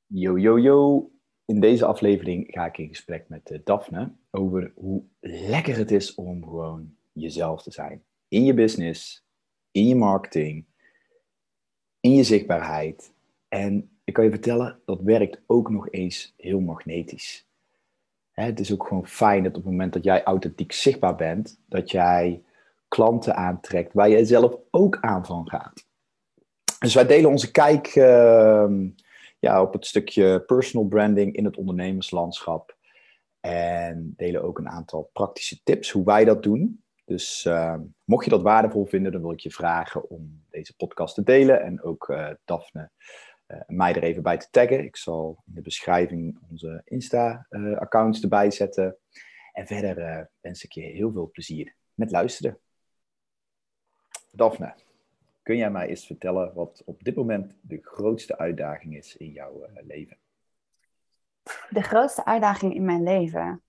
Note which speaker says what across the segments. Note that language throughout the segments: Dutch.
Speaker 1: Yo, yo, yo. In deze aflevering ga ik in gesprek met Daphne over hoe lekker het is om gewoon jezelf te zijn. In je business, in je marketing, in je zichtbaarheid. En ik kan je vertellen, dat werkt ook nog eens heel magnetisch. Het is ook gewoon fijn dat op het moment dat jij authentiek zichtbaar bent, dat jij klanten aantrekt waar jij zelf ook aan van gaat. Dus wij delen onze kijk op het stukje personal branding in het ondernemerslandschap. En delen ook een aantal praktische tips hoe wij dat doen. Dus mocht je dat waardevol vinden, dan wil ik je vragen om deze podcast te delen. En ook Daphne mij er even bij te taggen. Ik zal in de beschrijving onze Insta-accounts erbij zetten. En verder wens ik je heel veel plezier met luisteren. Daphne. Kun jij mij eens vertellen wat op dit moment de grootste uitdaging is in jouw leven?
Speaker 2: De grootste uitdaging in mijn leven.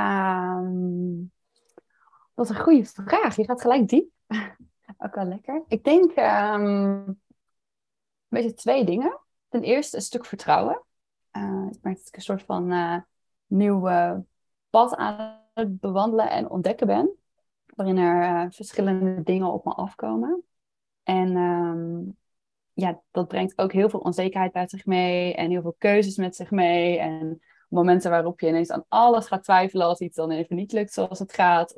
Speaker 2: Dat is een goede vraag. Je gaat gelijk diep. Ook wel lekker. Ik denk een beetje twee dingen. Ten eerste een stuk vertrouwen. Ik merk dat ik een soort van nieuw pad aan het bewandelen en ontdekken ben. Waarin er verschillende dingen op me afkomen. En dat brengt ook heel veel onzekerheid bij zich mee. En heel veel keuzes met zich mee. En momenten waarop je ineens aan alles gaat twijfelen als iets dan even niet lukt zoals het gaat.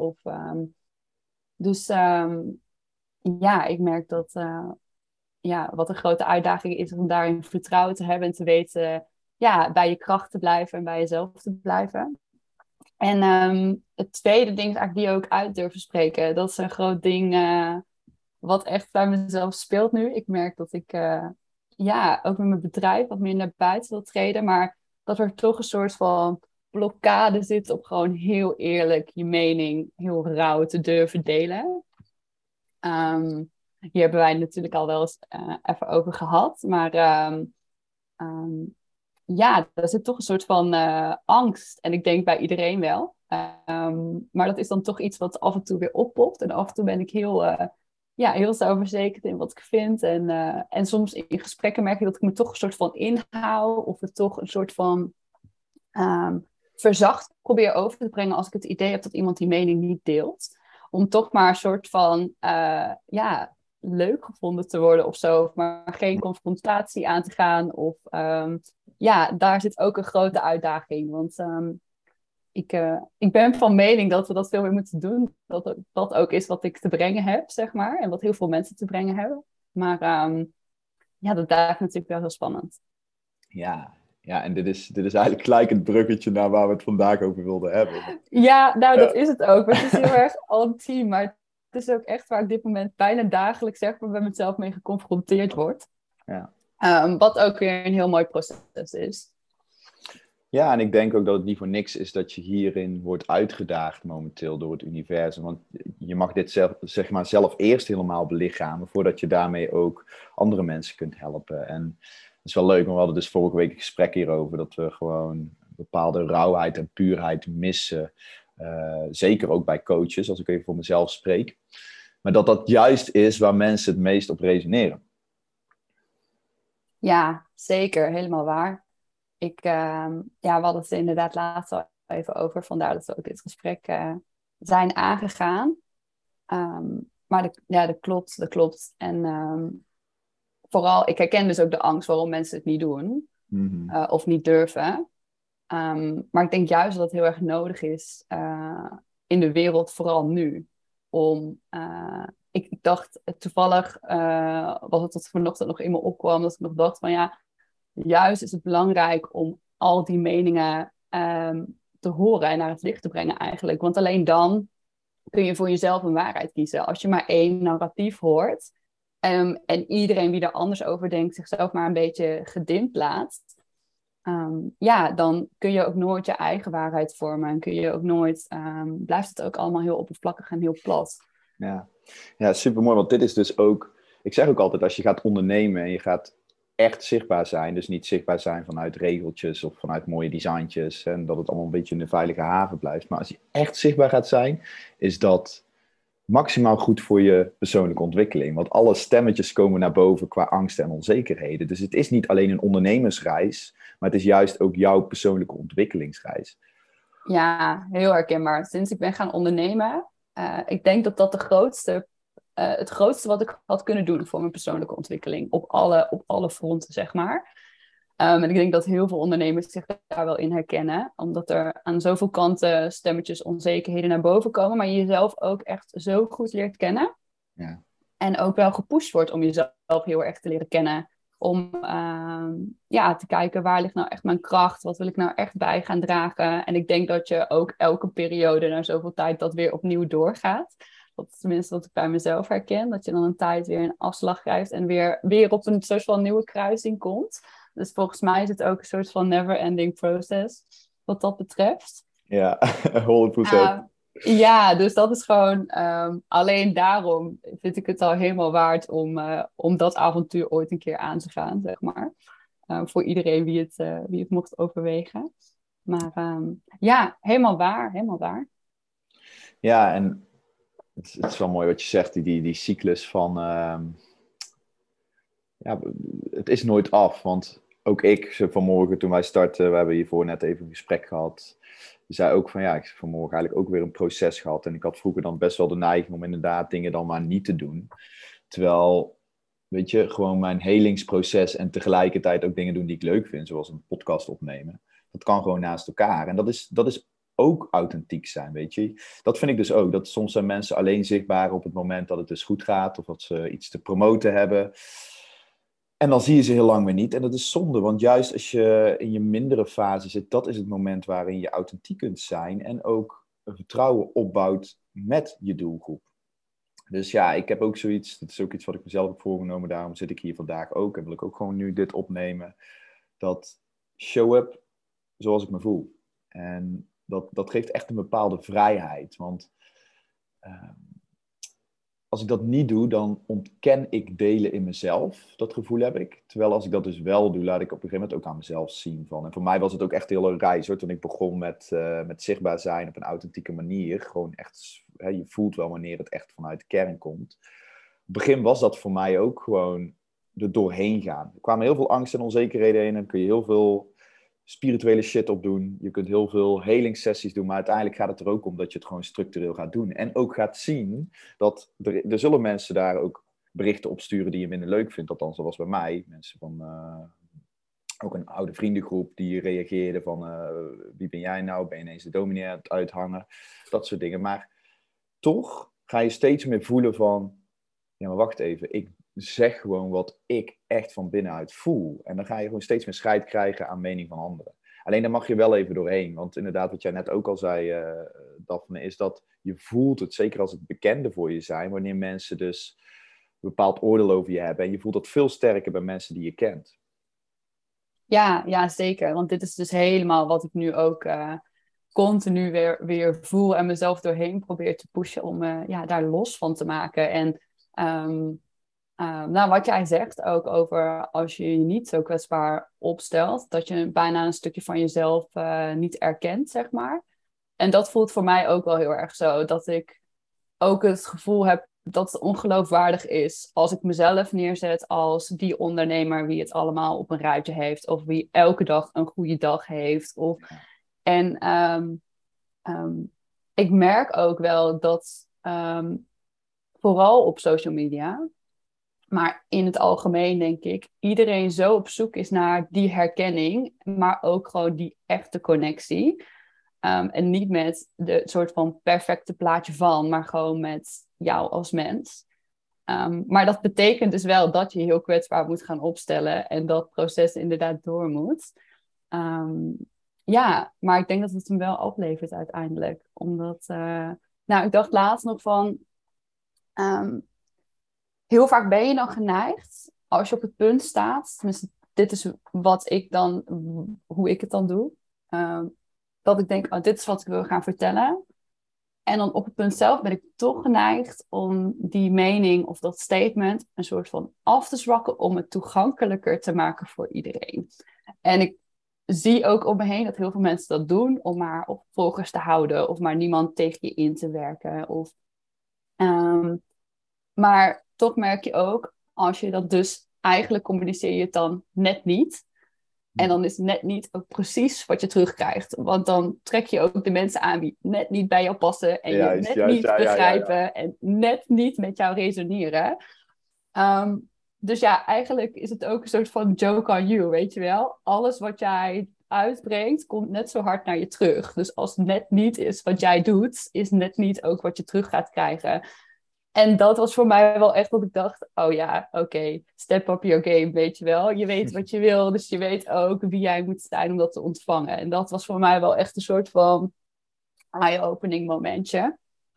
Speaker 2: Ik merk dat wat een grote uitdaging is om daarin vertrouwen te hebben en te weten, bij je kracht te blijven en bij jezelf te blijven. En het tweede ding is eigenlijk die ook uit durven spreken. Dat is een groot ding wat echt bij mezelf speelt nu. Ik merk dat ik ook met mijn bedrijf wat meer naar buiten wil treden, maar dat er toch een soort van blokkade zit op gewoon heel eerlijk je mening heel rauw te durven delen. Hier hebben wij het natuurlijk al wel eens even over gehad. Maar er zit toch een soort van angst. En ik denk bij iedereen wel. Maar dat is dan toch iets wat af en toe weer oppopt. En af en toe ben ik heel zelfverzekerd in wat ik vind. En soms in gesprekken merk ik dat ik me toch een soort van inhoud. Of het toch een soort van verzacht probeer over te brengen als ik het idee heb dat iemand die mening niet deelt. Om toch maar een soort van leuk gevonden te worden of zo. Maar geen confrontatie aan te gaan. Of daar zit ook een grote uitdaging. Want ik ben van mening dat we dat veel meer moeten doen. Dat ook is wat ik te brengen heb, zeg maar. En wat heel veel mensen te brengen hebben. Maar dat blijft natuurlijk wel heel spannend.
Speaker 1: Ja, en dit is eigenlijk gelijk het bruggetje naar waar we het vandaag over wilden hebben.
Speaker 2: Ja, nou,
Speaker 1: Uh,
Speaker 2: dat is het ook. Het is heel erg ultiem, maar het is ook echt waar ik dit moment bijna dagelijks zeg maar bij mezelf mee geconfronteerd word.
Speaker 1: ja.
Speaker 2: Wat ook weer een heel mooi proces is.
Speaker 1: Ja, en ik denk ook dat het niet voor niks is dat je hierin wordt uitgedaagd momenteel door het universum. Want je mag dit zelf, zeg maar, zelf eerst helemaal belichamen, voordat je daarmee ook andere mensen kunt helpen. En dat is wel leuk, want we hadden dus vorige week een gesprek hierover, dat we gewoon een bepaalde rauwheid en puurheid missen. Zeker ook bij coaches, als ik even voor mezelf spreek. Maar dat dat juist is waar mensen het meest op resoneren.
Speaker 2: Ja, zeker. Helemaal waar. We hadden het er inderdaad laatst al even over. Vandaar dat we ook dit gesprek zijn aangegaan. Maar dat klopt, dat klopt. En vooral, ik herken dus ook de angst waarom mensen het niet doen.
Speaker 1: Mm-hmm.
Speaker 2: Of niet durven. Maar ik denk juist dat het heel erg nodig is in de wereld, vooral nu. Ik dacht toevallig, was het tot vanochtend nog in me opkwam, dat ik nog dacht van juist is het belangrijk om al die meningen te horen en naar het licht te brengen eigenlijk. Want alleen dan kun je voor jezelf een waarheid kiezen. Als je maar één narratief hoort en iedereen wie er anders over denkt zichzelf maar een beetje gedimd laat, dan kun je ook nooit je eigen waarheid vormen. En kun je ook nooit, blijft het ook allemaal heel oppervlakkig en heel plat.
Speaker 1: Ja, super mooi. Want dit is dus ook, ik zeg ook altijd, als je gaat ondernemen en je gaat echt zichtbaar zijn, dus niet zichtbaar zijn vanuit regeltjes of vanuit mooie designtjes en dat het allemaal een beetje in de veilige haven blijft. Maar als je echt zichtbaar gaat zijn, is dat maximaal goed voor je persoonlijke ontwikkeling. Want alle stemmetjes komen naar boven qua angsten en onzekerheden. Dus het is niet alleen een ondernemersreis, maar het is juist ook jouw persoonlijke ontwikkelingsreis.
Speaker 2: Ja, heel herkenbaar. Sinds ik ben gaan ondernemen, ik denk dat dat het grootste wat ik had kunnen doen voor mijn persoonlijke ontwikkeling. Op alle fronten, zeg maar. En ik denk dat heel veel ondernemers zich daar wel in herkennen. Omdat er aan zoveel kanten stemmetjes, onzekerheden naar boven komen. Maar je jezelf ook echt zo goed leert kennen.
Speaker 1: Ja.
Speaker 2: En ook wel gepusht wordt om jezelf heel erg te leren kennen. Om te kijken, waar ligt nou echt mijn kracht? Wat wil ik nou echt bij gaan dragen? En ik denk dat je ook elke periode na zoveel tijd dat weer opnieuw doorgaat. Dat is tenminste wat ik bij mezelf herken. Dat je dan een tijd weer een afslag krijgt en weer op een soort van nieuwe kruising komt. Dus volgens mij is het ook een soort van never-ending process wat dat betreft.
Speaker 1: Ja, 100%.
Speaker 2: Ja, dus dat is gewoon... alleen daarom vind ik het al helemaal waard om dat avontuur ooit een keer aan te gaan, zeg maar. Voor iedereen wie het mocht overwegen. Maar ja, helemaal waar, helemaal waar.
Speaker 1: Ja, en het is wel mooi wat je zegt, die cyclus van... ja, het is nooit af, want ook ik, vanmorgen toen wij startten, we hebben hiervoor net even een gesprek gehad, zei ook van ja, ik heb vanmorgen eigenlijk ook weer een proces gehad en ik had vroeger dan best wel de neiging om inderdaad dingen dan maar niet te doen. Terwijl, weet je, gewoon mijn helingsproces en tegelijkertijd ook dingen doen die ik leuk vind, zoals een podcast opnemen, dat kan gewoon naast elkaar. En dat is ook authentiek zijn, weet je. Dat vind ik dus ook, dat soms zijn mensen alleen zichtbaar op het moment dat het dus goed gaat of dat ze iets te promoten hebben. En dan zie je ze heel lang weer niet. En dat is zonde, want juist als je in je mindere fase zit, dat is het moment waarin je authentiek kunt zijn en ook een vertrouwen opbouwt met je doelgroep. Dus ja, ik heb ook zoiets, dat is ook iets wat ik mezelf heb voorgenomen, daarom zit ik hier vandaag ook en wil ik ook gewoon nu dit opnemen. Dat show up zoals ik me voel. En dat geeft echt een bepaalde vrijheid, want als ik dat niet doe, dan ontken ik delen in mezelf. Dat gevoel heb ik. Terwijl als ik dat dus wel doe, laat ik op een gegeven moment ook aan mezelf zien van. En voor mij was het ook echt een hele reis hoor. Toen ik begon met zichtbaar zijn op een authentieke manier. Gewoon echt, je voelt wel wanneer het echt vanuit de kern komt. Op het begin was dat voor mij ook gewoon er doorheen gaan. Er kwamen heel veel angst en onzekerheden in. En dan kun je heel veel spirituele shit op doen. Je kunt heel veel helingssessies doen, maar uiteindelijk gaat het er ook om dat je het gewoon structureel gaat doen. En ook gaat zien dat er zullen mensen daar ook berichten op sturen die je minder leuk vindt. Althans, dat was bij mij. Mensen van ook een oude vriendengroep die reageerden van wie ben jij nou? Ben je ineens de dominee aan het uithangen? Dat soort dingen. Maar toch ga je steeds meer voelen van ja, maar wacht even. Ik zeg gewoon wat ik echt van binnenuit voel. En dan ga je gewoon steeds meer scheid krijgen aan mening van anderen. Alleen daar mag je wel even doorheen. Want inderdaad, wat jij net ook al zei, Daphne, is dat je voelt het, zeker als het bekende voor je zijn, wanneer mensen dus een bepaald oordeel over je hebben. En je voelt dat veel sterker bij mensen die je kent.
Speaker 2: Ja, zeker. Want dit is dus helemaal wat ik nu ook continu weer voel en mezelf doorheen probeer te pushen om daar los van te maken. En nou, wat jij zegt ook over als je je niet zo kwetsbaar opstelt, dat je bijna een stukje van jezelf niet erkent, zeg maar. En dat voelt voor mij ook wel heel erg zo, dat ik ook het gevoel heb dat het ongeloofwaardig is als ik mezelf neerzet als die ondernemer wie het allemaal op een rijtje heeft, of wie elke dag een goede dag heeft. En ik merk ook wel dat vooral op social media, maar in het algemeen denk ik, iedereen zo op zoek is naar die herkenning, maar ook gewoon die echte connectie. En niet met de soort van perfecte plaatje van, maar gewoon met jou als mens. Maar dat betekent dus wel dat je heel kwetsbaar moet gaan opstellen en dat proces inderdaad door moet. Ja, maar ik denk dat het hem wel oplevert uiteindelijk. Omdat, nou, ik dacht laatst nog van, heel vaak ben je dan geneigd, als je op het punt staat, tenminste, dit is hoe ik het dan doe, dat ik denk, oh, dit is wat ik wil gaan vertellen. En dan op het punt zelf ben ik toch geneigd om die mening of dat statement een soort van af te zwakken om het toegankelijker te maken voor iedereen. En ik zie ook om me heen dat heel veel mensen dat doen om maar op volgers te houden of maar niemand tegen je in te werken. Maar toch merk je ook, als je dat dus eigenlijk communiceer je het dan net niet. En dan is net niet ook precies wat je terugkrijgt. Want dan trek je ook de mensen aan die net niet bij jou passen. En je
Speaker 1: Juist,
Speaker 2: net
Speaker 1: juist,
Speaker 2: niet
Speaker 1: ja.
Speaker 2: begrijpen. En net niet met jou resoneren. Dus ja, eigenlijk is het ook een soort van joke on you, weet je wel. Alles wat jij uitbrengt, komt net zo hard naar je terug. Dus als het net niet is wat jij doet, is net niet ook wat je terug gaat krijgen. En dat was voor mij wel echt dat ik dacht, oh ja, oké, step up your game, weet je wel. Je weet wat je wil, dus je weet ook wie jij moet zijn om dat te ontvangen. En dat was voor mij wel echt een soort van eye-opening momentje.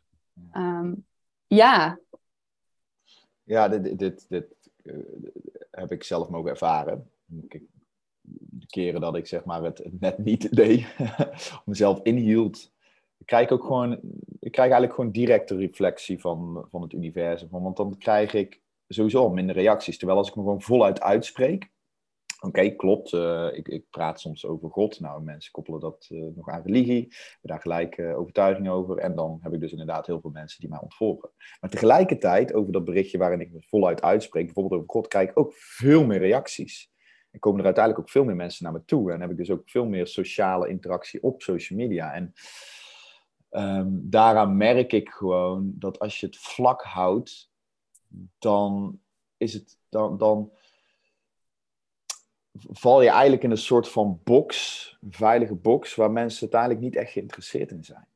Speaker 2: Ja.
Speaker 1: Ja, dit heb ik zelf mogen ervaren. De keren dat ik zeg maar het net niet deed, mezelf inhield, ik krijg eigenlijk gewoon directe reflectie van het universum. Want dan krijg ik sowieso al minder reacties. Terwijl als ik me gewoon voluit uitspreek, oké, klopt, ik praat soms over God. Nou, mensen koppelen dat nog aan religie, hebben daar gelijk overtuiging over. En dan heb ik dus inderdaad heel veel mensen die mij ontvolgen. Maar tegelijkertijd, over dat berichtje waarin ik me voluit uitspreek, bijvoorbeeld over God, krijg ik ook veel meer reacties. En komen er uiteindelijk ook veel meer mensen naar me toe. En heb ik dus ook veel meer sociale interactie op social media. En daaraan merk ik gewoon dat als je het vlak houdt, dan is het... dan val je eigenlijk in een soort van box, een veilige box, waar mensen uiteindelijk niet echt geïnteresseerd in zijn.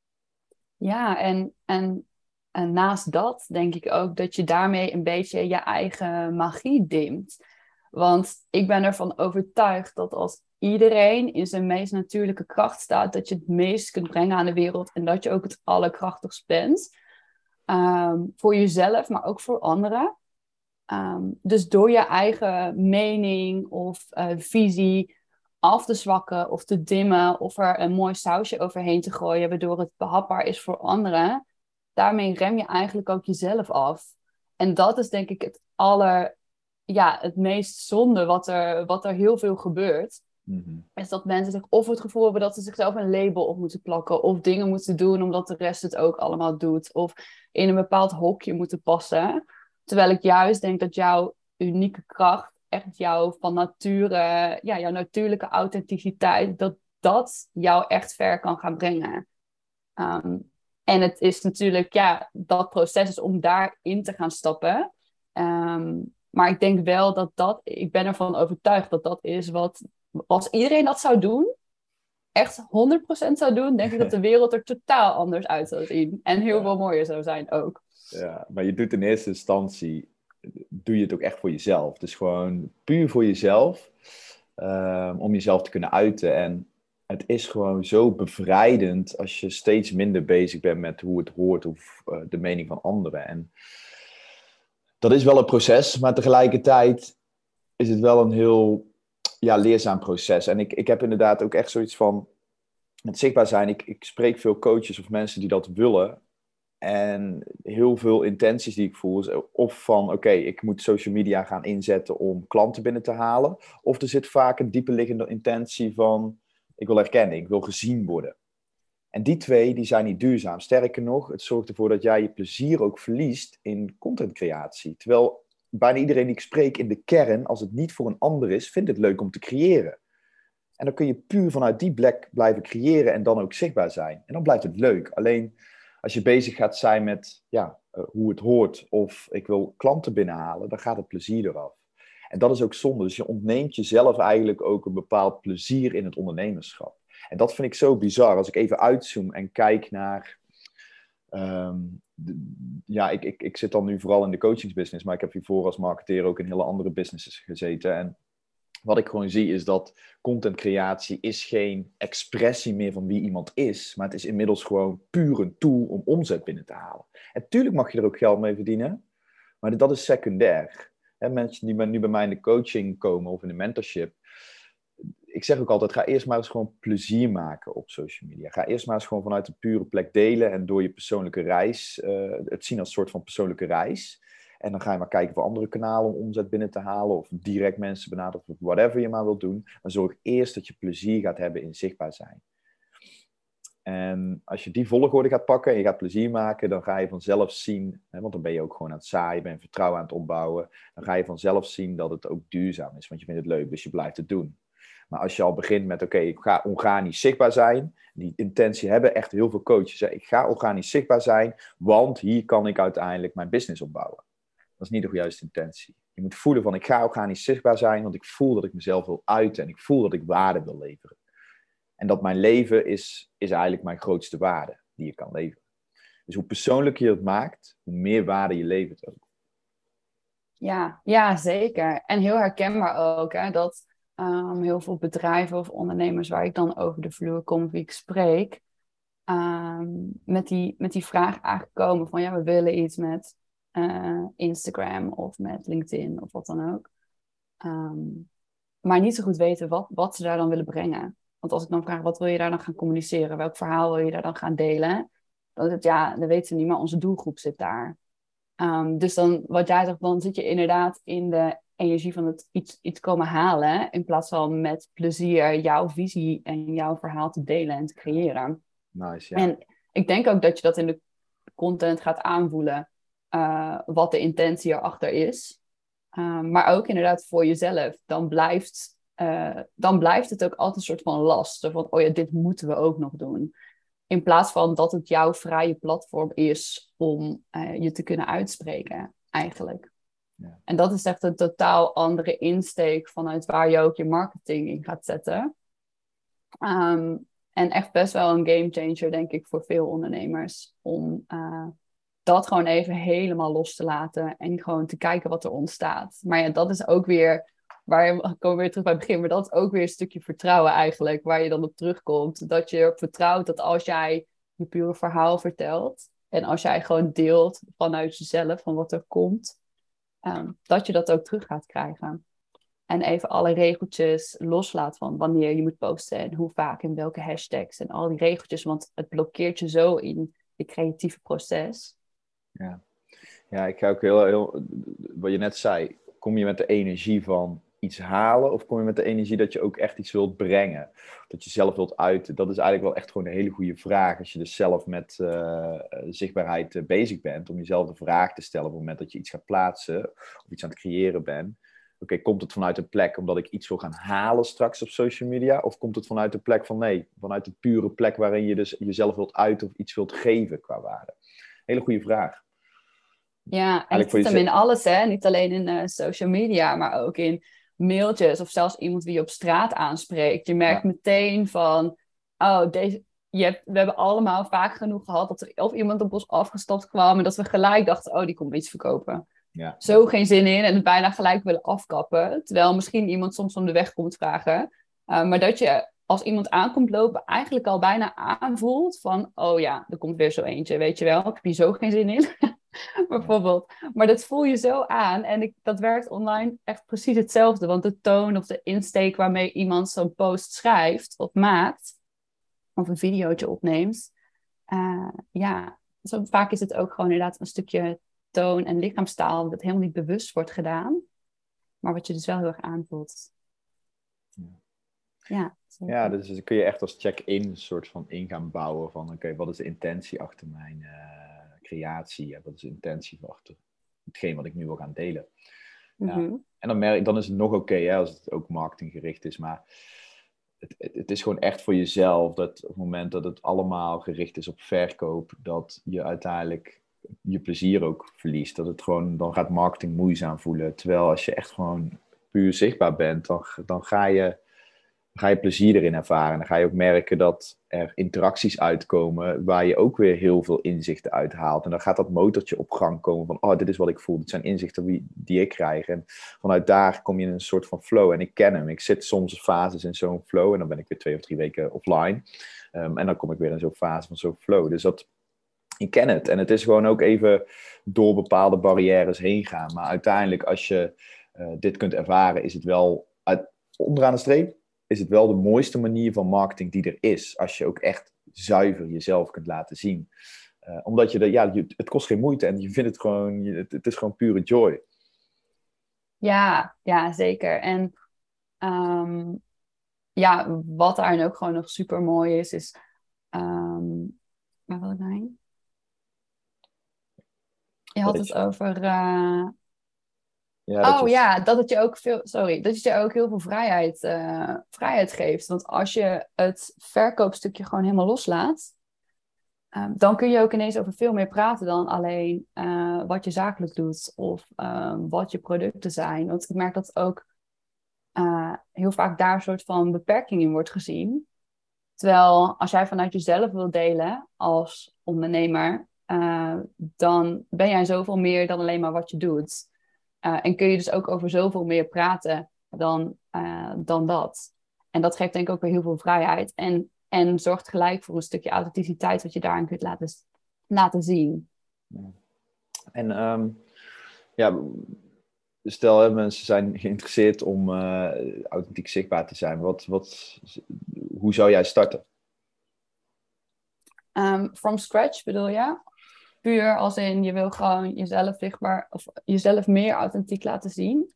Speaker 2: Ja, en naast dat denk ik ook dat je daarmee een beetje je eigen magie dimt. Want ik ben ervan overtuigd dat als iedereen in zijn meest natuurlijke kracht staat, dat je het meest kunt brengen aan de wereld en dat je ook het allerkrachtigst bent. Voor jezelf, maar ook voor anderen. Dus door je eigen mening of visie af te zwakken of te dimmen of er een mooi sausje overheen te gooien, waardoor het behapbaar is voor anderen, daarmee rem je eigenlijk ook jezelf af. En dat is denk ik het meest zonde wat er heel veel gebeurt.
Speaker 1: Mm-hmm.
Speaker 2: Is dat mensen zich of het gevoel hebben dat ze zichzelf een label op moeten plakken, of dingen moeten doen omdat de rest het ook allemaal doet, of in een bepaald hokje moeten passen. Terwijl ik juist denk dat jouw unieke kracht, echt jouw van nature, ja, jouw natuurlijke authenticiteit, dat jou echt ver kan gaan brengen. En het is natuurlijk, ja, dat proces is om daarin te gaan stappen. Maar ik denk wel ik ben ervan overtuigd dat dat is wat, als iedereen dat zou doen, echt 100% zou doen, denk ik dat de wereld er totaal anders uit zou zien. En heel veel mooier zou zijn ook.
Speaker 1: Ja, maar je doet in eerste instantie, doe je het ook echt voor jezelf. Dus gewoon puur voor jezelf, om jezelf te kunnen uiten. En het is gewoon zo bevrijdend als je steeds minder bezig bent met hoe het hoort of de mening van anderen. En dat is wel een proces, maar tegelijkertijd is het wel een heel leerzaam proces. En ik heb inderdaad ook echt zoiets van het zichtbaar zijn. Ik spreek veel coaches of mensen die dat willen. En heel veel intenties die ik voel is of van oké, ik moet social media gaan inzetten om klanten binnen te halen. Of er zit vaak een dieperliggende intentie van ik wil erkenning, ik wil gezien worden. En die twee, die zijn niet duurzaam. Sterker nog, het zorgt ervoor dat jij je plezier ook verliest in contentcreatie. Terwijl bijna iedereen die ik spreek in de kern, als het niet voor een ander is, vindt het leuk om te creëren. En dan kun je puur vanuit die plek blijven creëren en dan ook zichtbaar zijn. En dan blijft het leuk. Alleen als je bezig gaat zijn met hoe het hoort of ik wil klanten binnenhalen, dan gaat het plezier eraf. En dat is ook zonde. Dus je ontneemt jezelf eigenlijk ook een bepaald plezier in het ondernemerschap. En dat vind ik zo bizar. Als ik even uitzoom en kijk naar... ik zit dan nu vooral in de coachingsbusiness, maar ik heb hiervoor als marketeer ook in hele andere businesses gezeten. En wat ik gewoon zie is dat contentcreatie is geen expressie meer van wie iemand is, maar het is inmiddels gewoon puur een tool om omzet binnen te halen. En tuurlijk mag je er ook geld mee verdienen, maar dat is secundair. Mensen die nu bij mij in de coaching komen of in de mentorship, ik zeg ook altijd, ga eerst maar eens gewoon plezier maken op social media. Ga eerst maar eens gewoon vanuit een pure plek delen en door je persoonlijke reis, het zien als een soort van persoonlijke reis. En dan ga je maar kijken voor andere kanalen om omzet binnen te halen of direct mensen benaderen of whatever je maar wilt doen. Maar zorg eerst dat je plezier gaat hebben in zichtbaar zijn. En als je die volgorde gaat pakken en je gaat plezier maken, dan ga je vanzelf zien, hè, want dan ben je ook gewoon aan het zaaien, ben je vertrouwen aan het opbouwen, dan ga je vanzelf zien dat het ook duurzaam is, want je vindt het leuk, dus je blijft het doen. Maar als je al begint met, oké, ik ga organisch zichtbaar zijn, die intentie hebben echt heel veel coaches. Hè? Ik ga organisch zichtbaar zijn, want hier kan ik uiteindelijk mijn business opbouwen. Dat is niet de juiste intentie. Je moet voelen van, ik ga organisch zichtbaar zijn, want ik voel dat ik mezelf wil uiten en ik voel dat ik waarde wil leveren. En dat mijn leven is eigenlijk mijn grootste waarde die je kan leveren. Dus hoe persoonlijker je het maakt, hoe meer waarde je levert ook.
Speaker 2: Ja, zeker. En heel herkenbaar ook, hè, dat heel veel bedrijven of ondernemers waar ik dan over de vloer kom, wie ik spreek, met die vraag aangekomen van ja, we willen iets met Instagram of met LinkedIn of wat dan ook. Maar niet zo goed weten wat ze daar dan willen brengen. Want als ik dan vraag, wat wil je daar dan gaan communiceren? Welk verhaal wil je daar dan gaan delen? Dan is het, ja, dat weten ze niet, maar onze doelgroep zit daar. Dus dan, wat jij zegt, dan zit je inderdaad in de energie van het iets komen halen. In plaats van met plezier jouw visie en jouw verhaal te delen en te creëren.
Speaker 1: Nice, ja.
Speaker 2: En ik denk ook dat je dat in de content gaat aanvoelen. Wat de intentie erachter is. Maar ook inderdaad voor jezelf. Dan blijft het ook altijd een soort van last. Van, oh ja, dit moeten we ook nog doen. In plaats van dat het jouw vrije platform is om je te kunnen uitspreken, eigenlijk.
Speaker 1: Ja.
Speaker 2: En dat is echt een totaal andere insteek vanuit waar je ook je marketing in gaat zetten. En echt best wel een gamechanger, denk ik, voor veel ondernemers. Om dat gewoon even helemaal los te laten en gewoon te kijken wat er ontstaat. Maar ja, dat is ook weer, komen we weer terug bij het begin, maar dat is ook weer een stukje vertrouwen eigenlijk, waar je dan op terugkomt. Dat je erop vertrouwt dat als jij je pure verhaal vertelt en als jij gewoon deelt vanuit jezelf, van wat er komt, dat je dat ook terug gaat krijgen. En even alle regeltjes loslaat van wanneer je moet posten en hoe vaak en welke hashtags en al die regeltjes, want het blokkeert je zo in je creatieve proces.
Speaker 1: Ja, ik ga ook heel, wat je net zei, kom je met de energie van iets halen of kom je met de energie dat je ook echt iets wilt brengen? Dat je zelf wilt uiten? Dat is eigenlijk wel echt gewoon een hele goede vraag als je dus zelf met zichtbaarheid bezig bent, om jezelf de vraag te stellen op het moment dat je iets gaat plaatsen of iets aan het creëren bent. Oké, komt het vanuit een plek omdat ik iets wil gaan halen straks op social media? Of komt het vanuit de plek van nee, vanuit de pure plek waarin je dus jezelf wilt uiten of iets wilt geven qua waarde? Hele goede vraag.
Speaker 2: Ja, en het zit hem in alles, hè? Niet alleen in social media, maar ook in mailtjes of zelfs iemand die je op straat aanspreekt. Je merkt meteen van, we hebben allemaal vaak genoeg gehad dat er of iemand op ons afgestapt kwam en dat we gelijk dachten, oh, die komt iets verkopen.
Speaker 1: Ja.
Speaker 2: Zo geen zin in en het bijna gelijk willen afkappen. Terwijl misschien iemand soms om de weg komt vragen. Maar dat je als iemand aankomt lopen eigenlijk al bijna aanvoelt van, oh ja, er komt weer zo eentje, weet je wel. Ik heb hier zo geen zin in. Bijvoorbeeld. Maar dat voel je zo aan. En dat werkt online echt precies hetzelfde. Want de toon of de insteek waarmee iemand zo'n post schrijft of maakt, of een videootje opneemt. Zo vaak is het ook gewoon inderdaad een stukje toon en lichaamstaal dat helemaal niet bewust wordt gedaan. Maar wat je dus wel heel erg aanvoelt. Ja,
Speaker 1: dus dan kun je echt als check-in een soort van in gaan bouwen van oké, wat is de intentie achter mijn creatie en wat is de intentie achter hetgeen wat ik nu wil gaan delen.
Speaker 2: Mm-hmm.
Speaker 1: En dan is het nog oké, als het ook marketinggericht is, maar het is gewoon echt voor jezelf dat op het moment dat het allemaal gericht is op verkoop, dat je uiteindelijk je plezier ook verliest. Dat het gewoon, dan gaat marketing moeizaam voelen. Terwijl als je echt gewoon puur zichtbaar bent, dan ga je plezier erin ervaren. Dan ga je ook merken dat er interacties uitkomen waar je ook weer heel veel inzichten uithaalt. En dan gaat dat motortje op gang komen van, oh, dit is wat ik voel. Dit zijn inzichten die ik krijg. En vanuit daar kom je in een soort van flow. En ik ken hem. Ik zit soms fases in zo'n flow en dan ben ik weer 2 of 3 weken offline. En dan kom ik weer in zo'n fase van zo'n flow. Dus ik ken het. En het is gewoon ook even door bepaalde barrières heen gaan. Maar uiteindelijk, als je dit kunt ervaren, is het wel onderaan de streep is het wel de mooiste manier van marketing die er is. Als je ook echt zuiver jezelf kunt laten zien. Omdat het kost geen moeite en je vindt het gewoon, het is gewoon pure joy.
Speaker 2: Ja, zeker. En wat daarin ook gewoon nog super mooi is Waar wil ik nou heen? Je had
Speaker 1: Dat
Speaker 2: het
Speaker 1: je,
Speaker 2: over...
Speaker 1: ja, dat je...
Speaker 2: dat het je ook dat het je ook heel veel vrijheid geeft. Want als je het verkoopstukje gewoon helemaal loslaat, dan kun je ook ineens over veel meer praten dan alleen wat je zakelijk doet of wat je producten zijn. Want ik merk dat ook heel vaak daar een soort van beperking in wordt gezien. Terwijl als jij vanuit jezelf wil delen als ondernemer, dan ben jij zoveel meer dan alleen maar wat je doet. En kun je dus ook over zoveel meer praten dan dat. En dat geeft denk ik ook weer heel veel vrijheid. En zorgt gelijk voor een stukje authenticiteit wat je daarin kunt laten zien.
Speaker 1: En ja, stel hè, mensen zijn geïnteresseerd om authentiek zichtbaar te zijn. Hoe zou jij starten?
Speaker 2: From scratch bedoel je? Puur als in je wil gewoon jezelf zichtbaar of jezelf meer authentiek laten zien.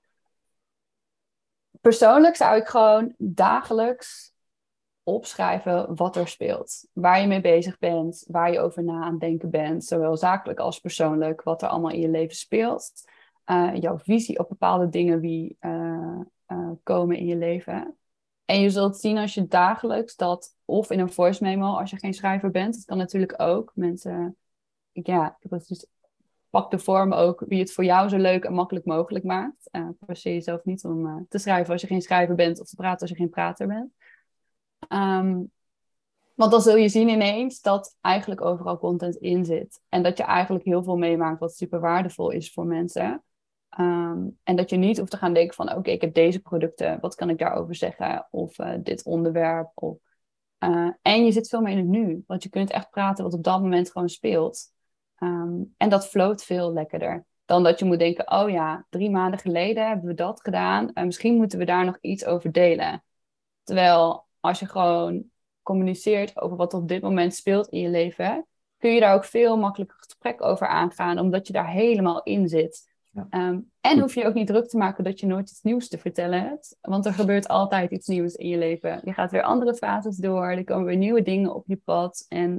Speaker 2: Persoonlijk zou ik gewoon dagelijks opschrijven wat er speelt. Waar je mee bezig bent, waar je over na aan het denken bent, zowel zakelijk als persoonlijk, wat er allemaal in je leven speelt. Jouw visie op bepaalde dingen die komen in je leven. En je zult zien als je dagelijks dat, of in een voice memo als je geen schrijver bent, dat kan natuurlijk ook. Mensen, dus pak de vorm ook wie het voor jou zo leuk en makkelijk mogelijk maakt. Forceer jezelf niet om te schrijven als je geen schrijver bent of te praten als je geen prater bent. Want dan zul je zien ineens dat eigenlijk overal content in zit. En dat je eigenlijk heel veel meemaakt wat super waardevol is voor mensen. En dat je niet hoeft te gaan denken van oké, ik heb deze producten, wat kan ik daarover zeggen? Of dit onderwerp. En je zit veel meer in het nu. Want je kunt echt praten wat op dat moment gewoon speelt. En dat float veel lekkerder. Dan dat je moet denken, oh ja, 3 maanden geleden hebben we dat gedaan. Misschien moeten we daar nog iets over delen. Terwijl als je gewoon communiceert over wat op dit moment speelt in je leven, kun je daar ook veel makkelijker gesprek over aangaan, omdat je daar helemaal in zit.
Speaker 1: Ja.
Speaker 2: En hoef je ook niet druk te maken dat je nooit iets nieuws te vertellen hebt, want er gebeurt altijd iets nieuws in je leven. Je gaat weer andere fases door, er komen weer nieuwe dingen op je pad. En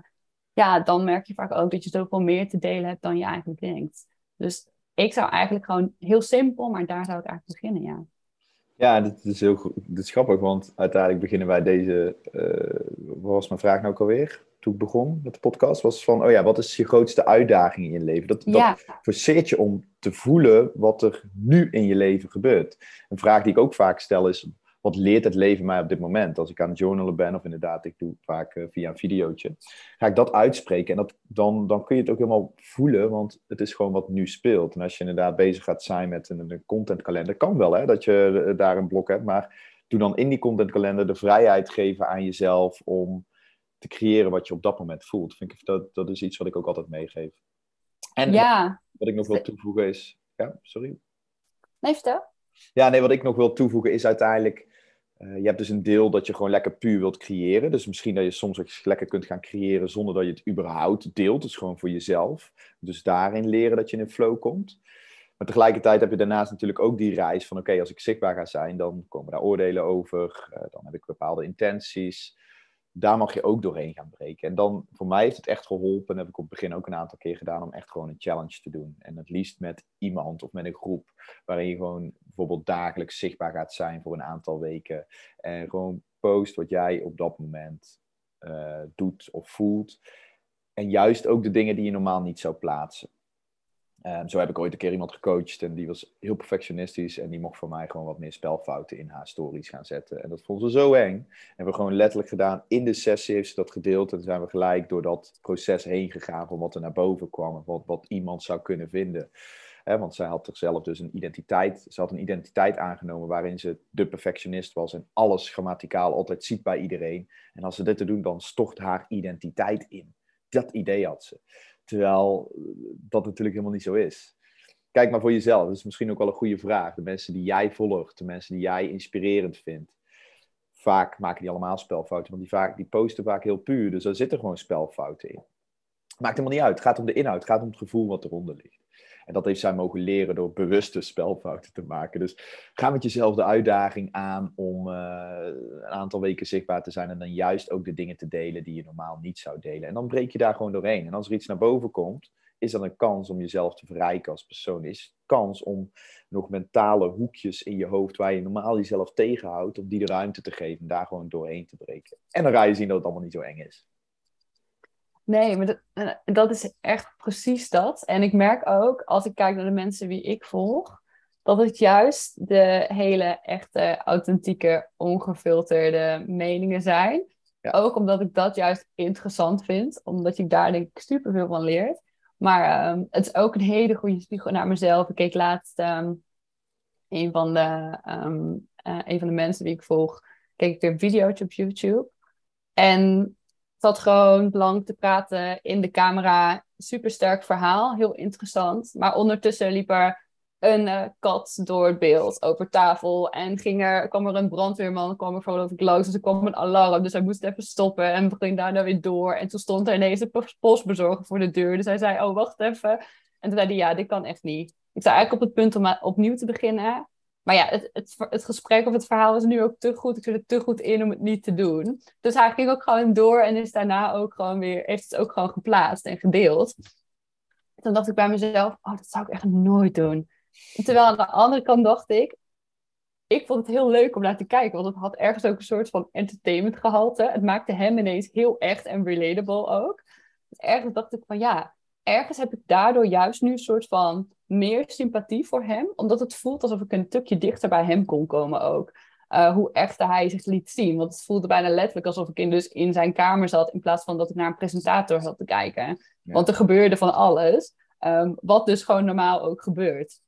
Speaker 2: dan merk je vaak ook dat je zoveel meer te delen hebt dan je eigenlijk denkt. Dus ik zou eigenlijk gewoon heel simpel, maar daar zou ik eigenlijk beginnen, ja.
Speaker 1: Ja, dit is heel goed. Dit is grappig, want uiteindelijk beginnen wij deze... wat was mijn vraag nou ook alweer? Toen ik begon met de podcast, was van... Oh ja, wat is je grootste uitdaging in je leven? Dat forceert je om te voelen wat er nu in je leven gebeurt. Een vraag die ik ook vaak stel is... Wat leert het leven mij op dit moment? Als ik aan het journalen ben, of inderdaad, ik doe vaak via een videootje, ga ik dat uitspreken. En dan kun je het ook helemaal voelen, want het is gewoon wat nu speelt. En als je inderdaad bezig gaat zijn met een contentkalender, kan wel hè, dat je daar een blok hebt, maar doe dan in die contentkalender de vrijheid geven aan jezelf om te creëren wat je op dat moment voelt. Dat is iets wat ik ook altijd meegeef. En wat ik nog wil toevoegen is... Ja, sorry.
Speaker 2: Nee, vertel.
Speaker 1: Ja, nee, wat ik nog wil toevoegen is uiteindelijk... je hebt dus een deel dat je gewoon lekker puur wilt creëren. Dus misschien dat je soms ook lekker kunt gaan creëren zonder dat je het überhaupt deelt. Dus gewoon voor jezelf. Dus daarin leren dat je in een flow komt. Maar tegelijkertijd heb je daarnaast natuurlijk ook die reis van... Oké, als ik zichtbaar ga zijn, dan komen daar oordelen over. Dan heb ik bepaalde intenties. Daar mag je ook doorheen gaan breken. En dan, voor mij heeft het echt geholpen... en heb ik op het begin ook een aantal keer gedaan... om echt gewoon een challenge te doen. En het liefst met iemand of met een groep... waarin je gewoon bijvoorbeeld dagelijks zichtbaar gaat zijn... voor een aantal weken. En gewoon post wat jij op dat moment doet of voelt. En juist ook de dingen die je normaal niet zou plaatsen. Zo heb ik ooit een keer iemand gecoacht en die was heel perfectionistisch en die mocht voor mij gewoon wat meer spelfouten in haar stories gaan zetten. En dat vond ze zo eng. En we hebben gewoon letterlijk gedaan, in de sessie heeft ze dat gedeeld en zijn we gelijk door dat proces heen gegaan van wat er naar boven kwam en wat iemand zou kunnen vinden. Want zij had zichzelf dus een identiteit aangenomen waarin ze de perfectionist was en alles grammaticaal altijd ziet bij iedereen. En als ze dit te doen, dan stort haar identiteit in. Dat idee had ze. Terwijl dat natuurlijk helemaal niet zo is. Kijk maar voor jezelf. Dat is misschien ook wel een goede vraag. De mensen die jij volgt, de mensen die jij inspirerend vindt. Vaak maken die allemaal spelfouten. Want die posten vaak heel puur. Dus daar zitten gewoon spelfouten in. Maakt helemaal niet uit. Het gaat om de inhoud. Het gaat om het gevoel wat eronder ligt. En dat heeft zij mogen leren door bewuste spelfouten te maken. Dus ga met jezelf de uitdaging aan om een aantal weken zichtbaar te zijn en dan juist ook de dingen te delen die je normaal niet zou delen. En dan breek je daar gewoon doorheen. En als er iets naar boven komt, is dat een kans om jezelf te verrijken als persoon. Is kans om nog mentale hoekjes in je hoofd waar je normaal jezelf tegenhoudt, om die de ruimte te geven en daar gewoon doorheen te breken. En dan ga je zien dat het allemaal niet zo eng is.
Speaker 2: Nee, maar dat is echt precies dat. En ik merk ook, als ik kijk naar de mensen wie ik volg, dat het juist de hele echte, authentieke, ongefilterde meningen zijn.
Speaker 1: Ja.
Speaker 2: Ook omdat ik dat juist interessant vind, omdat je daar denk ik superveel van leert. Maar het is ook een hele goede spiegel naar mezelf. Ik keek laatst een van de mensen die ik volg, keek ik een videootje op YouTube. En zat gewoon lang te praten in de camera. Supersterk verhaal, heel interessant. Maar ondertussen liep er een kat door het beeld over tafel. En kwam er een brandweerman, kwam er geloof ik langs. Dus er kwam een alarm, dus hij moest even stoppen. En ging daarna weer door. En toen stond er ineens een postbezorger voor de deur. Dus hij zei, oh wacht even. En toen zei hij, ja, dit kan echt niet. Ik sta eigenlijk op het punt om opnieuw te beginnen. Maar ja, het gesprek of het verhaal is nu ook te goed. Ik zit er te goed in om het niet te doen. Dus hij ging ook gewoon door en is daarna ook gewoon weer, heeft het ook gewoon geplaatst en gedeeld. Toen dacht ik bij mezelf, oh, dat zou ik echt nooit doen. Terwijl aan de andere kant dacht ik vond het heel leuk om naar te kijken. Want het had ergens ook een soort van entertainment gehalte. Het maakte hem ineens heel echt en relatable ook. Dus ergens dacht ik van ja, ergens heb ik daardoor juist nu een soort van meer sympathie voor hem. Omdat het voelt alsof ik een stukje dichter bij hem kon komen ook. Hoe echt hij zich liet zien. Want het voelde bijna letterlijk alsof ik dus in zijn kamer zat. In plaats van dat ik naar een presentator had te kijken.
Speaker 1: Ja.
Speaker 2: Want er gebeurde van alles. Wat dus gewoon normaal ook gebeurt.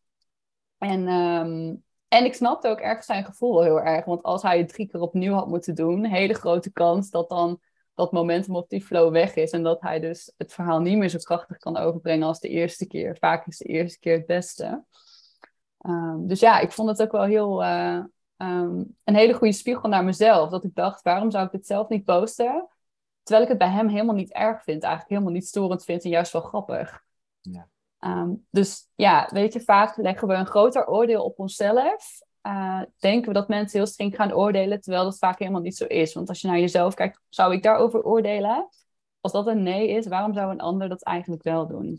Speaker 2: En ik snapte ook ergens zijn gevoel heel erg. Want als hij het 3 keer opnieuw had moeten doen, hele grote kans dat dan dat momentum of die flow weg is. En dat hij dus het verhaal niet meer zo krachtig kan overbrengen als de eerste keer. Vaak is de eerste keer het beste. Dus ja, ik vond het ook wel heel een hele goede spiegel naar mezelf. Dat ik dacht, waarom zou ik dit zelf niet posten? Terwijl ik het bij hem helemaal niet erg vind. Eigenlijk helemaal niet storend vind en juist wel grappig.
Speaker 1: Ja.
Speaker 2: Dus ja, weet je, vaak leggen we een groter oordeel op onszelf. Denken we dat mensen heel streng gaan oordelen, terwijl dat vaak helemaal niet zo is. Want als je naar jezelf kijkt, zou ik daarover oordelen? Als dat een nee is, waarom zou een ander dat eigenlijk wel doen?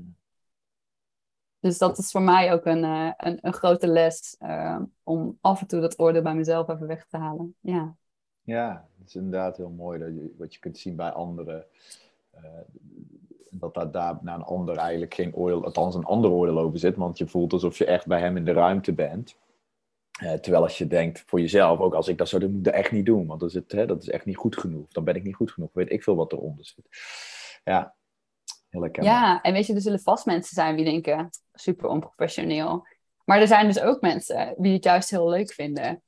Speaker 2: Dus dat is voor mij ook een grote les om af en toe dat oordeel bij mezelf even weg te halen. Ja,
Speaker 1: Ja, het is inderdaad heel mooi dat wat je kunt zien bij anderen. Dat daar naar een ander eigenlijk geen oordeel, althans een ander oordeel over zit. Want je voelt alsof je echt bij hem in de ruimte bent. Terwijl als je denkt voor jezelf, ook als ik dat zou doen, moet ik dat echt niet doen. Want dat is echt niet goed genoeg. Dan ben ik niet goed genoeg. Weet ik veel wat eronder zit. Ja, heel lekker.
Speaker 2: ja, en weet je, er zullen vast mensen zijn die denken, super onprofessioneel. Maar er zijn dus ook mensen die het juist heel leuk vinden.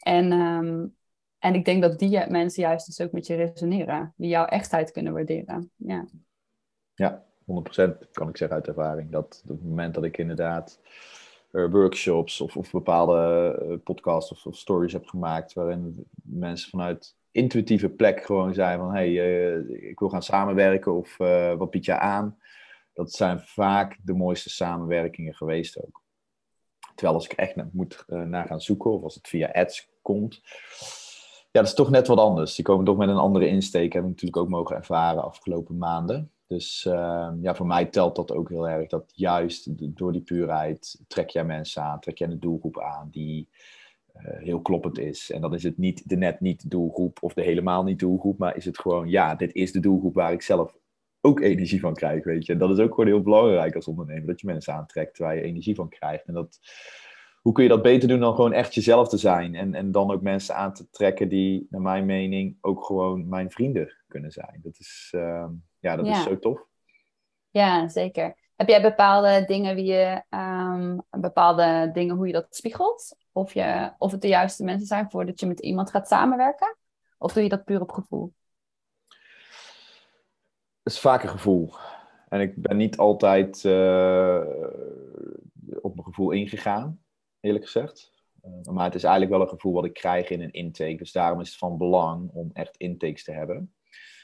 Speaker 2: En ik denk dat die mensen juist dus ook met je resoneren. Die jouw echtheid kunnen waarderen. Ja.
Speaker 1: Ja, 100% kan ik zeggen uit ervaring. Dat op het moment dat ik inderdaad workshops of bepaalde podcasts of stories heb gemaakt, waarin mensen vanuit intuïtieve plek gewoon zijn van hey, ik wil gaan samenwerken of wat bied je aan? Dat zijn vaak de mooiste samenwerkingen geweest ook. Terwijl als ik echt moet naar gaan zoeken of als het via ads komt, ja, dat is toch net wat anders. Die komen toch met een andere insteek, heb ik natuurlijk ook mogen ervaren afgelopen maanden. Dus ja, voor mij telt dat ook heel erg. Dat juist door die puurheid trek jij mensen aan, trek jij een doelgroep aan die heel kloppend is. En dan is het niet de net niet doelgroep of de helemaal niet doelgroep, maar is het gewoon, ja, dit is de doelgroep waar ik zelf ook energie van krijg, weet je. En dat is ook gewoon heel belangrijk als ondernemer, dat je mensen aantrekt waar je energie van krijgt. En hoe kun je dat beter doen dan gewoon echt jezelf te zijn? En dan ook mensen aan te trekken die, naar mijn mening, ook gewoon mijn vrienden kunnen zijn. Dat is, is zo tof.
Speaker 2: Ja, zeker. Heb jij bepaalde dingen bepaalde dingen hoe je dat spiegelt? Of het de juiste mensen zijn voordat je met iemand gaat samenwerken? Of doe je dat puur op gevoel?
Speaker 1: Het is vaak een gevoel. En ik ben niet altijd op mijn gevoel ingegaan, eerlijk gezegd. Maar het is eigenlijk wel een gevoel wat ik krijg in een intake. Dus daarom is het van belang om echt intakes te hebben.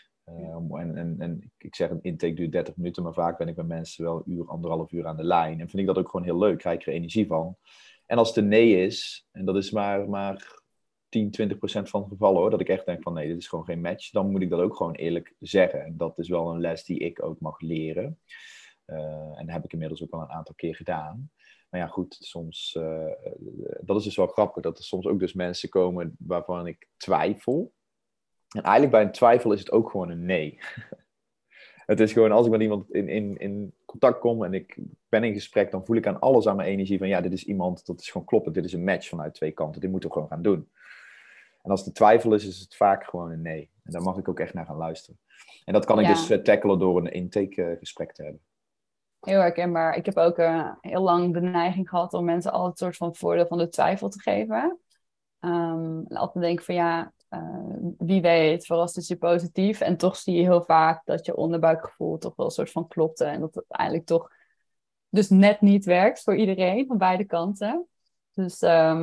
Speaker 1: En ik zeg, een intake duurt 30 minuten, maar vaak ben ik bij mensen wel een uur, 1,5 uur aan de lijn. En vind ik dat ook gewoon heel leuk, krijg ik er energie van. En als het een nee is, en dat is maar 10, 20% van de gevallen hoor, dat ik echt denk van nee, dit is gewoon geen match. Dan moet ik dat ook gewoon eerlijk zeggen. En dat is wel een les die ik ook mag leren. En dat heb ik inmiddels ook al een aantal keer gedaan. Maar ja, goed, soms, dat is dus wel grappig, dat er soms ook dus mensen komen waarvan ik twijfel. En eigenlijk bij een twijfel is het ook gewoon een nee. Het is gewoon, als ik met iemand in contact kom en ik ben in gesprek, dan voel ik aan alles aan mijn energie van ja, dit is iemand, dat is gewoon kloppend, dit is een match vanuit twee kanten, dit moeten we gewoon gaan doen. En als de twijfel is het vaak gewoon een nee. En daar mag ik ook echt naar gaan luisteren. En dat kan ik dus tackelen door een intakegesprek te hebben.
Speaker 2: Heel herkenbaar. Ik heb ook heel lang de neiging gehad om mensen altijd een soort van voordeel van de twijfel te geven. En altijd denk van ja, wie weet, verrast is je positief. En toch zie je heel vaak dat je onderbuikgevoel toch wel een soort van klopte. En dat het eigenlijk toch dus net niet werkt voor iedereen, van beide kanten. Dus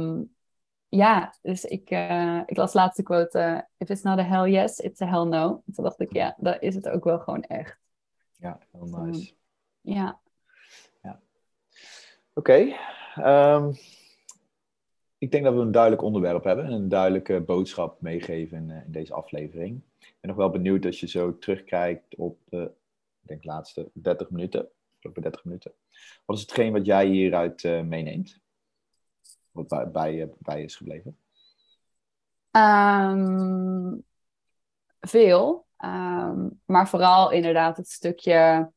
Speaker 2: dus ik las laatst de quote, if it's not a hell yes, it's a hell no. En toen dacht ik, ja, dat is het ook wel gewoon echt.
Speaker 1: Ja, heel nice.
Speaker 2: Ja.
Speaker 1: Oké. Ik denk dat we een duidelijk onderwerp hebben en een duidelijke boodschap meegeven in deze aflevering. Ik ben nog wel benieuwd als je zo terugkijkt op de, ik denk, laatste 30 minuten. Wat is hetgeen wat jij hieruit meeneemt? Wat bij is gebleven?
Speaker 2: Veel. Maar vooral inderdaad het stukje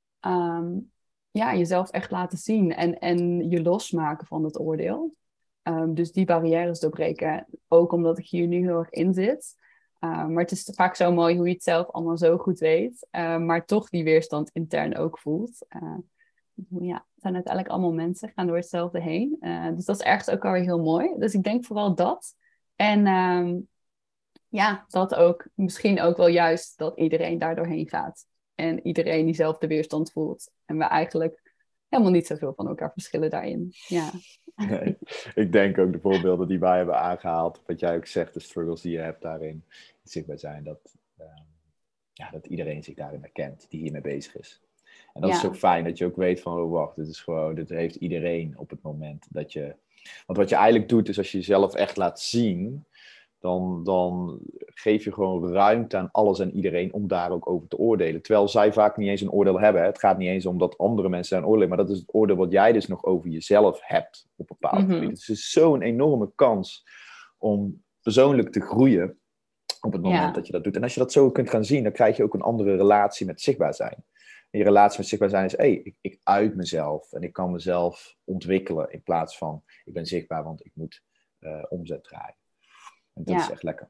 Speaker 2: jezelf echt laten zien en je losmaken van het oordeel. Dus die barrières doorbreken. Ook omdat ik hier nu heel erg in zit. Maar het is vaak zo mooi hoe je het zelf allemaal zo goed weet. Maar toch die weerstand intern ook voelt. Het zijn uiteindelijk allemaal mensen, gaan door hetzelfde heen. Dus dat is ergens ook alweer heel mooi. Dus ik denk vooral dat. En dat ook. Misschien ook wel juist dat iedereen daar doorheen gaat. En iedereen diezelfde weerstand voelt. En we eigenlijk helemaal niet zoveel van elkaar verschillen daarin. Ja.
Speaker 1: Nee, ik denk ook de voorbeelden die wij hebben aangehaald, wat jij ook zegt, de struggles die je hebt daarin, zichtbaar zijn, dat iedereen zich daarin herkent, die hiermee bezig is. En dat is zo fijn, dat je ook weet van, oh wacht, dit heeft iedereen op het moment dat je... Want wat je eigenlijk doet, is als je jezelf echt laat zien, dan geef je gewoon ruimte aan alles en iedereen om daar ook over te oordelen. Terwijl zij vaak niet eens een oordeel hebben. Het gaat niet eens om dat andere mensen zijn oordelen, maar dat is het oordeel wat jij dus nog over jezelf hebt op bepaalde gebieden. Dus het is zo'n enorme kans om persoonlijk te groeien op het moment dat je dat doet. En als je dat zo kunt gaan zien, dan krijg je ook een andere relatie met zichtbaar zijn. En je relatie met zichtbaar zijn is, ik uit mezelf en ik kan mezelf ontwikkelen in plaats van, ik ben zichtbaar, want ik moet omzet draaien. En dat is echt lekker.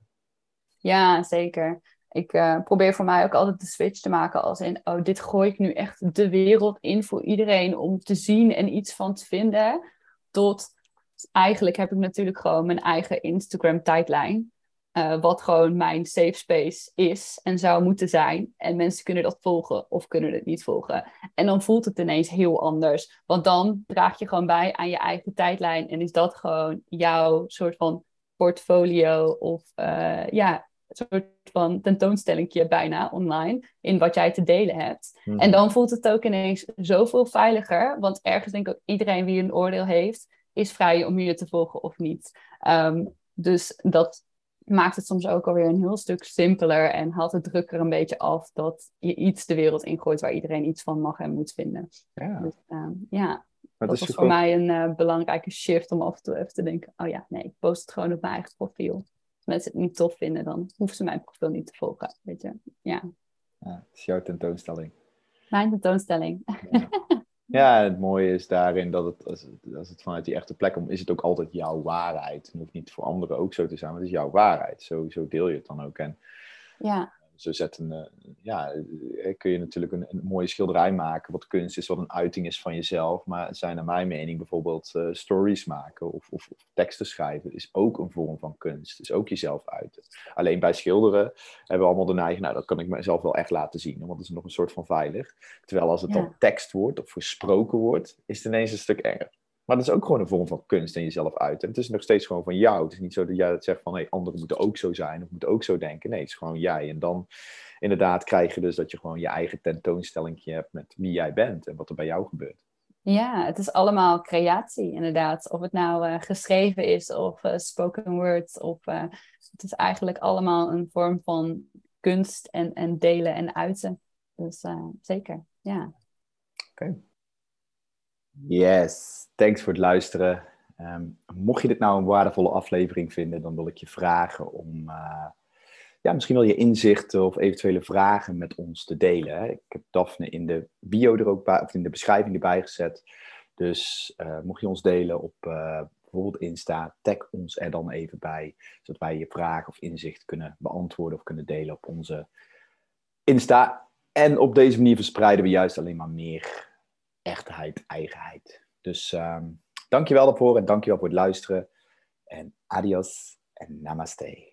Speaker 2: Ja, zeker. Ik probeer voor mij ook altijd de switch te maken als in, dit gooi ik nu echt de wereld in voor iedereen om te zien en iets van te vinden. Tot, eigenlijk heb ik natuurlijk gewoon mijn eigen Instagram-tijdlijn. Wat gewoon mijn safe space is en zou moeten zijn. En mensen kunnen dat volgen of kunnen het niet volgen. En dan voelt het ineens heel anders. Want dan draag je gewoon bij aan je eigen tijdlijn. En is dat gewoon jouw soort van portfolio of een soort van tentoonstellingje bijna online in wat jij te delen hebt. En dan voelt het ook ineens zoveel veiliger, want ergens denk ik ook iedereen wie een oordeel heeft, is vrij om je te volgen of niet. Dus dat maakt het soms ook alweer een heel stuk simpeler en haalt de druk er een beetje af dat je iets de wereld ingooit waar iedereen iets van mag en moet vinden.
Speaker 1: Ja.
Speaker 2: Dus,
Speaker 1: dat
Speaker 2: was voor mij een belangrijke shift om af en toe even te denken, ik post het gewoon op mijn eigen profiel. Als mensen het niet tof vinden, dan hoeven ze mijn profiel niet te volgen, weet je. Ja.
Speaker 1: Het is jouw tentoonstelling.
Speaker 2: Mijn tentoonstelling.
Speaker 1: Ja, het mooie is daarin dat het, als het vanuit die echte plek komt, is het ook altijd jouw waarheid. Het hoeft niet voor anderen ook zo te zijn, maar het is jouw waarheid. Zo deel je het dan ook. En zo kun je natuurlijk een mooie schilderij maken, wat kunst is, wat een uiting is van jezelf. Maar het zijn naar mijn mening bijvoorbeeld stories maken of teksten schrijven, is ook een vorm van kunst. Is ook jezelf uiten. Alleen bij schilderen hebben we allemaal de neiging, dat kan ik mezelf wel echt laten zien, want het is nog een soort van veilig. Terwijl als het dan tekst wordt of gesproken wordt, is het ineens een stuk enger. Maar dat is ook gewoon een vorm van kunst en jezelf uiten. En het is nog steeds gewoon van jou. Het is niet zo dat jij het zegt van, anderen moeten ook zo zijn of moeten ook zo denken. Nee, het is gewoon jij. En dan inderdaad krijg je dus dat je gewoon je eigen tentoonstelling hebt met wie jij bent en wat er bij jou gebeurt.
Speaker 2: Ja, het is allemaal creatie, inderdaad. Of het nou geschreven is of spoken word. Het is eigenlijk allemaal een vorm van kunst en delen en uiten. Dus zeker, ja.
Speaker 1: Oké. Yes, thanks voor het luisteren. Mocht je dit nou een waardevolle aflevering vinden, dan wil ik je vragen om misschien wel je inzichten of eventuele vragen met ons te delen. Hè. Ik heb Daphne in de bio er ook bij, of in de beschrijving erbij gezet. Dus mocht je ons delen op bijvoorbeeld Insta, tag ons er dan even bij, zodat wij je vragen of inzicht kunnen beantwoorden of kunnen delen op onze Insta. En op deze manier verspreiden we juist alleen maar meer echtheid, eigenheid. Dus dankjewel daarvoor en dankjewel voor het luisteren. En adios en namaste.